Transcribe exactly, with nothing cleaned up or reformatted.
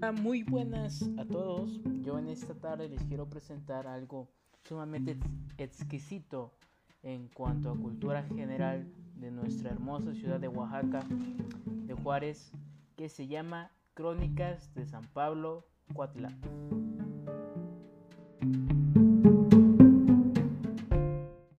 Hola, muy buenas a todos. Yo en esta tarde les quiero presentar algo sumamente ex- exquisito en cuanto a cultura general de nuestra hermosa ciudad de Oaxaca, de Juárez, que se llama Crónicas de San Pablo Cuatla.